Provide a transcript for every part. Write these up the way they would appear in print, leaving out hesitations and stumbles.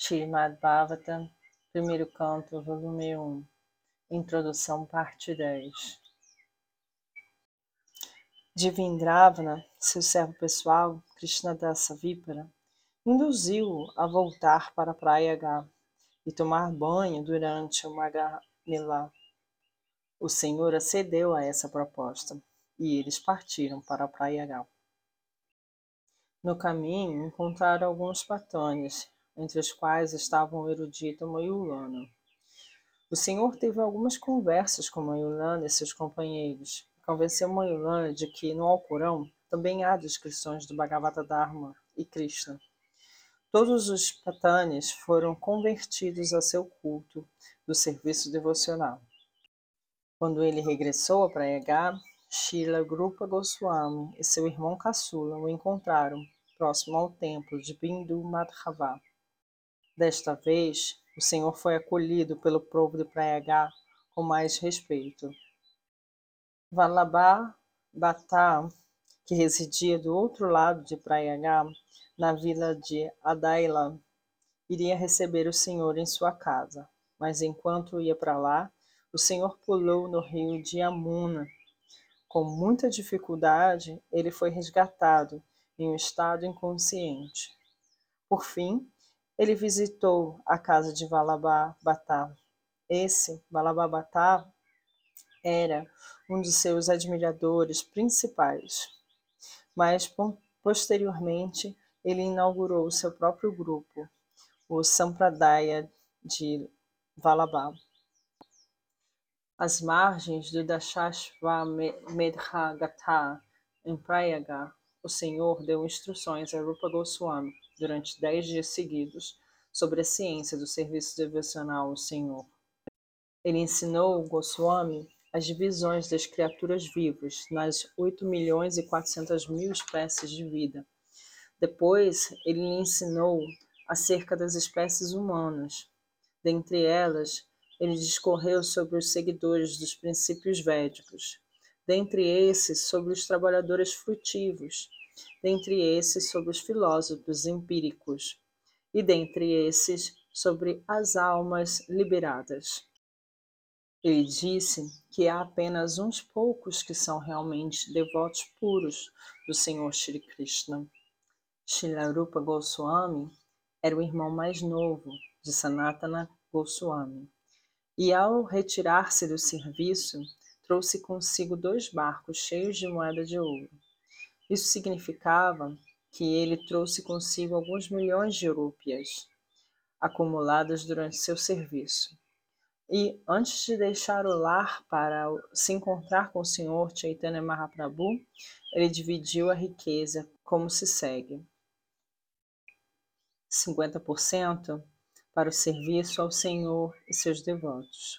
Srimad Bhagavatam, primeiro canto, volume 1, introdução, parte 10. De Vindravana, seu servo pessoal, Krishnadasa Vipara, induziu-o a voltar para a praia H e tomar banho durante o Magha Mela. O Senhor acedeu a essa proposta e eles partiram para a praia H. No caminho, encontraram alguns patanes, entre os quais estava o erudito Mayulana. O Senhor teve algumas conversas com Mayulana e seus companheiros, e convenceu Mayulana de que no Alcorão também há descrições do Bhagavata Dharma e Krishna. Todos os patanes foram convertidos a seu culto do serviço devocional. Quando ele regressou a Praia H, Srila Rupa Goswami e seu irmão caçula o encontraram próximo ao templo de Bindu Madhava. Desta vez, o Senhor foi acolhido pelo povo de Praia H com mais respeito. Vallabha Bhatta, que residia do outro lado de Praia H, na vila de Adaila, iria receber o Senhor em sua casa, mas enquanto ia para lá, o Senhor pulou no rio de Yamuna. Com muita dificuldade, ele foi resgatado em um estado inconsciente. Por fim, ele visitou a casa de Vallabha Bhatta. Vallabha Bhatta, era um de seus admiradores principais, mas posteriormente ele inaugurou seu próprio grupo, o Sampradaya de Vallabha. Às margens do Dashashvamedha Gatha, em Prayaga, o Senhor deu instruções a Rupa Goswami durante 10 dias seguidos sobre a ciência do serviço devocional ao Senhor. Ele ensinou Goswami as divisões das criaturas vivas nas 8.400.000 espécies de vida. Depois, ele lhe ensinou acerca das espécies humanas. Dentre elas, ele discorreu sobre os seguidores dos princípios védicos. Dentre esses, sobre os trabalhadores frutivos. Dentre esses, sobre os filósofos empíricos. E dentre esses, sobre as almas liberadas. Ele disse que há apenas uns poucos que são realmente devotos puros do Senhor Shri Krishna. Srila Rupa Goswami era o irmão mais novo de Sanatana Goswami, e ao retirar-se do serviço, trouxe consigo 2 barcos cheios de moeda de ouro. Isso significava que ele trouxe consigo alguns milhões de rúpias, acumuladas durante seu serviço. E, antes de deixar o lar para se encontrar com o Senhor Chaitanya Mahaprabhu, ele dividiu a riqueza como se segue: 50% para o serviço ao Senhor e seus devotos,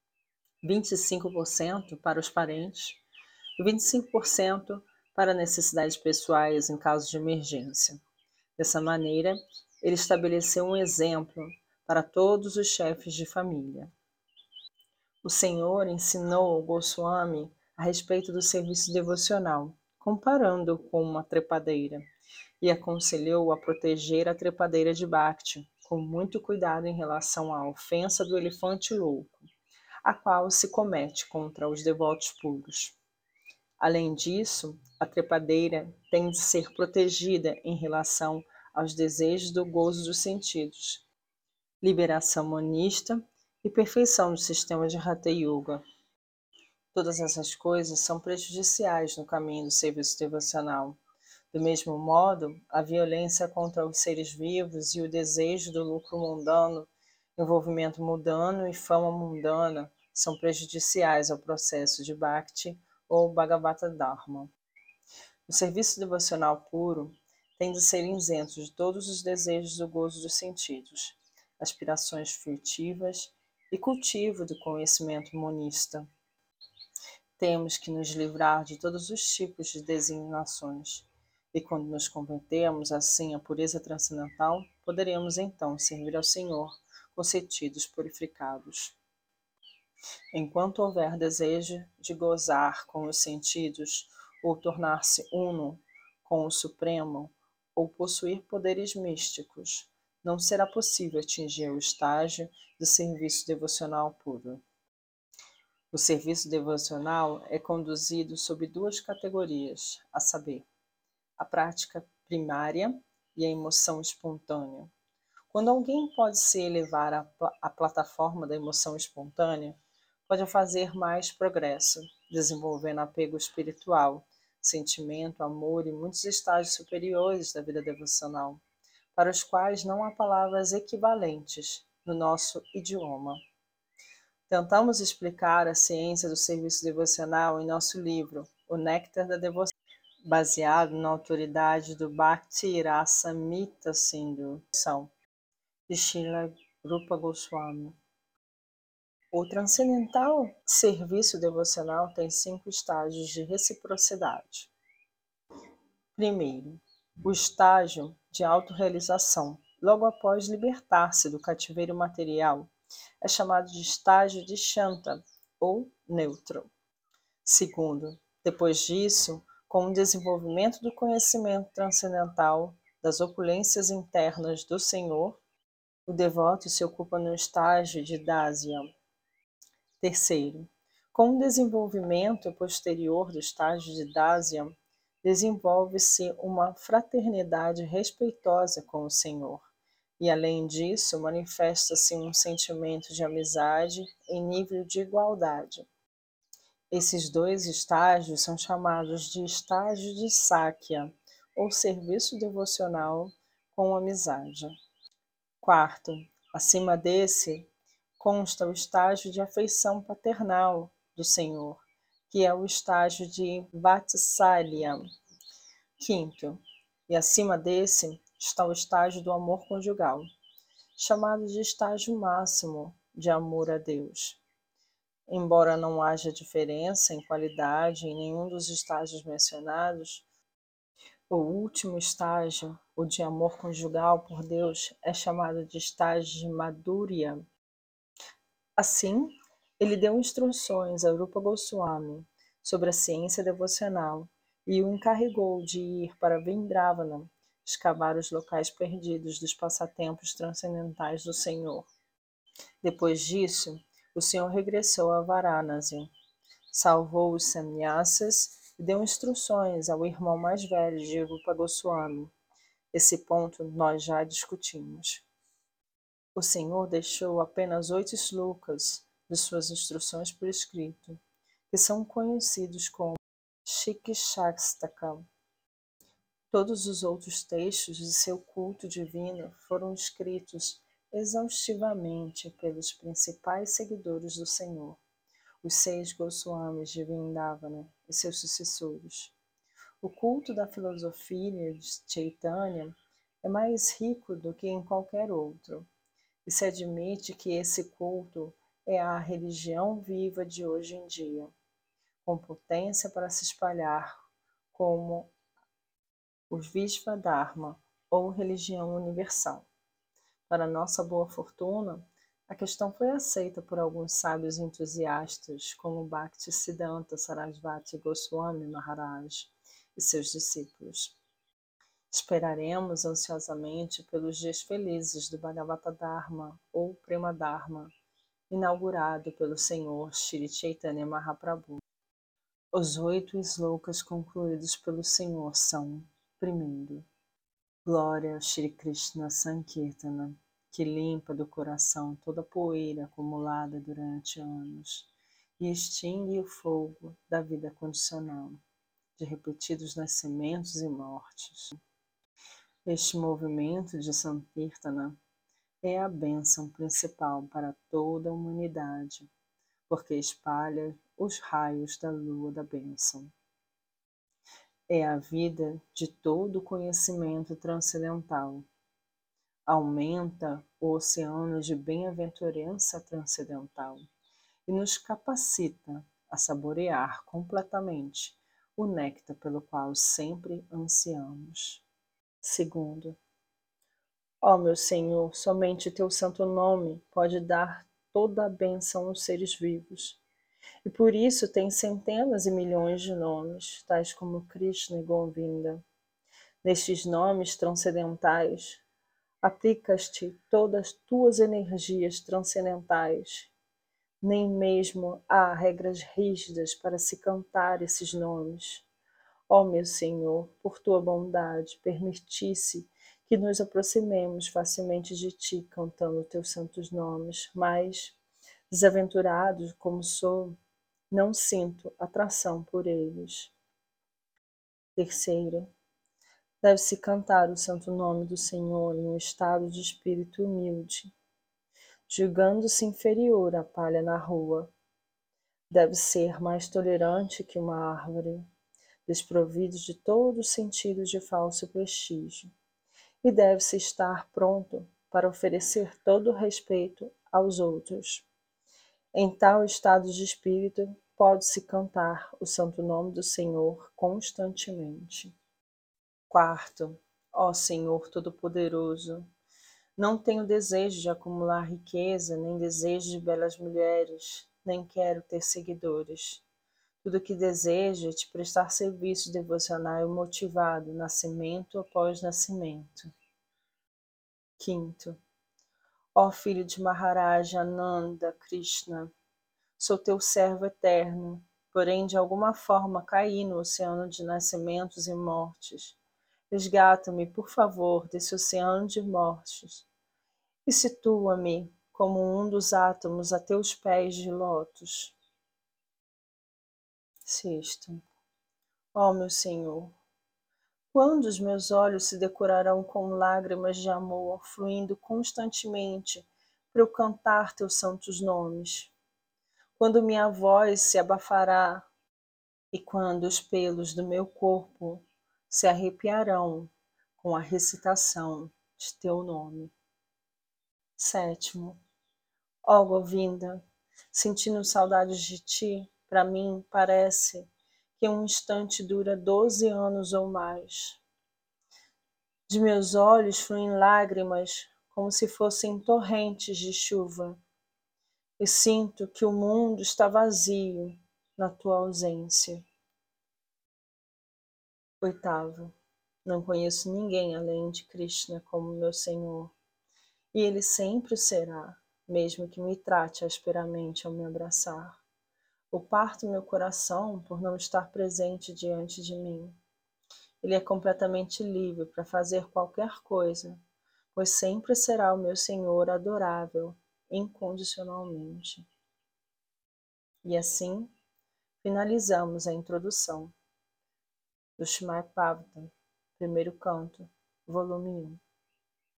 25% para os parentes e 25% para necessidades pessoais em caso de emergência. Dessa maneira, ele estabeleceu um exemplo para todos os chefes de família. O Senhor ensinou ao Goswami a respeito do serviço devocional, comparando-o com uma trepadeira, e aconselhou a proteger a trepadeira de Bhakti, com muito cuidado em relação à ofensa do elefante louco, a qual se comete contra os devotos puros. Além disso, a trepadeira tem de ser protegida em relação aos desejos do gozo dos sentidos, liberação monista e perfeição do sistema de Hatha Yoga. Todas essas coisas são prejudiciais no caminho do serviço devocional. Do mesmo modo, a violência contra os seres vivos e o desejo do lucro mundano, envolvimento mundano e fama mundana são prejudiciais ao processo de Bhakti ou Bhagavata Dharma. O serviço devocional puro tem de ser isento de todos os desejos do gozo dos sentidos, aspirações furtivas e cultivo do conhecimento monista. Temos que nos livrar de todos os tipos de designações, e quando nos convertemos assim à pureza transcendental, poderemos então servir ao Senhor com sentidos purificados. Enquanto houver desejo de gozar com os sentidos, ou tornar-se uno com o Supremo, ou possuir poderes místicos, não será possível atingir o estágio do serviço devocional puro. O serviço devocional é conduzido sob duas categorias, a saber, a prática primária e a emoção espontânea. Quando alguém pode se elevar à plataforma da emoção espontânea, pode fazer mais progresso, desenvolvendo apego espiritual, sentimento, amor e muitos estágios superiores da vida devocional, para os quais não há palavras equivalentes no nosso idioma. Tentamos explicar a ciência do serviço devocional em nosso livro, O Néctar da Devoção, baseado na autoridade do Bhakti Rasamrita Sindhu, de Srila Rupa Goswami. O transcendental serviço devocional tem 5 estágios de reciprocidade. Primeiro, o estágio de autorrealização, logo após libertar-se do cativeiro material, é chamado de estágio de Shanta, ou neutro. Segundo, depois disso, com o desenvolvimento do conhecimento transcendental das opulências internas do Senhor, o devoto se ocupa no estágio de Dasya. Terceiro, com o desenvolvimento posterior do estágio de Dasya, desenvolve-se uma fraternidade respeitosa com o Senhor, e além disso manifesta-se um sentimento de amizade em nível de igualdade. Esses 2 estágios são chamados de estágio de Sakya, ou serviço devocional com amizade. Quarto, acima desse, consta o estágio de afeição paternal do Senhor, que é o estágio de Vatsalya. Quinto, e acima desse está o estágio do amor conjugal, chamado de estágio máximo de amor a Deus. Embora não haja diferença em qualidade em nenhum dos estágios mencionados, o último estágio, o de amor conjugal por Deus, é chamado de estágio de Madhurya. Assim, ele deu instruções a Rupa Goswami sobre a ciência devocional e o encarregou de ir para Vrindavana, escavar os locais perdidos dos passatempos transcendentais do Senhor. Depois disso, o Senhor regressou a Varanasi, salvou os sannyasas e deu instruções ao irmão mais velho de Rupa Goswami. Esse ponto nós já discutimos. O Senhor deixou apenas 8 slokas de suas instruções por escrito, que são conhecidos como Shikshastakam. Todos os outros textos de seu culto divino foram escritos exaustivamente pelos principais seguidores do Senhor, os 6 Goswamis de Vrindavana e seus sucessores. O culto da filosofia de Chaitanya é mais rico do que em qualquer outro, e se admite que esse culto é a religião viva de hoje em dia, com potência para se espalhar como o Vishvadharma, ou religião universal. Para nossa boa fortuna, a questão foi aceita por alguns sábios entusiastas, como Bhaktisiddhanta Sarasvati Goswami Maharaj e seus discípulos. Esperaremos ansiosamente pelos dias felizes do Bhagavata Dharma, ou Prema Dharma, inaugurado pelo Senhor Shri Chaitanya Mahaprabhu. Os 8 slokas concluídos pelo Senhor são: primeiro, glória ao Shri Krishna Sankirtana, que limpa do coração toda a poeira acumulada durante anos e extingue o fogo da vida condicional, de repetidos nascimentos e mortes. Este movimento de Sankirtana é a bênção principal para toda a humanidade, porque espalha os raios da lua da bênção. É a vida de todo o conhecimento transcendental. Aumenta o oceano de bem-aventurança transcendental e nos capacita a saborear completamente o néctar pelo qual sempre ansiamos. Segundo, ó meu Senhor, somente teu santo nome pode dar toda a bênção aos seres vivos. E por isso tem centenas e milhões de nomes, tais como Krishna e Govinda. Nestes nomes transcendentais, aplicas-te todas as tuas energias transcendentais. Nem mesmo há regras rígidas para se cantar esses nomes. Ó meu Senhor, por tua bondade, permitisse que nos aproximemos facilmente de ti, cantando teus santos nomes, mas, desaventurado como sou, não sinto atração por eles. Terceiro, deve-se cantar o santo nome do Senhor em um estado de espírito humilde, julgando-se inferior à palha na rua. Deve ser mais tolerante que uma árvore, desprovido de todo o sentido de falso prestígio, e deve-se estar pronto para oferecer todo o respeito aos outros. Em tal estado de espírito, pode-se cantar o santo nome do Senhor constantemente. Quarto, ó Senhor Todo-Poderoso, não tenho desejo de acumular riqueza, nem desejo de belas mulheres, nem quero ter seguidores. Tudo o que desejo é te prestar serviço devocional motivado, nascimento após nascimento. Quinto, ó Filho de Maharaj Ananda Krishna, sou teu servo eterno, porém de alguma forma caí no oceano de nascimentos e mortes. Resgata-me, por favor, desse oceano de mortes e situa-me como um dos átomos a teus pés de lótus. Sexto, ó meu Senhor, quando os meus olhos se decorarão com lágrimas de amor, fluindo constantemente para eu cantar teus santos nomes? Quando minha voz se abafará e quando os pelos do meu corpo se arrepiarão com a recitação de teu nome? Sétimo, ó Govinda, sentindo saudades de ti, para mim parece que um instante dura 12 anos ou mais. De meus olhos fluem lágrimas como se fossem torrentes de chuva, e sinto que o mundo está vazio na tua ausência. Oitavo, não conheço ninguém além de Krishna como meu Senhor, e ele sempre o será, mesmo que me trate asperamente ao me abraçar. Eu parto meu coração por não estar presente diante de mim. Ele é completamente livre para fazer qualquer coisa, pois sempre será o meu Senhor adorável, incondicionalmente. E assim, finalizamos a introdução do Srimad Bhagavatam, primeiro canto, volume 1.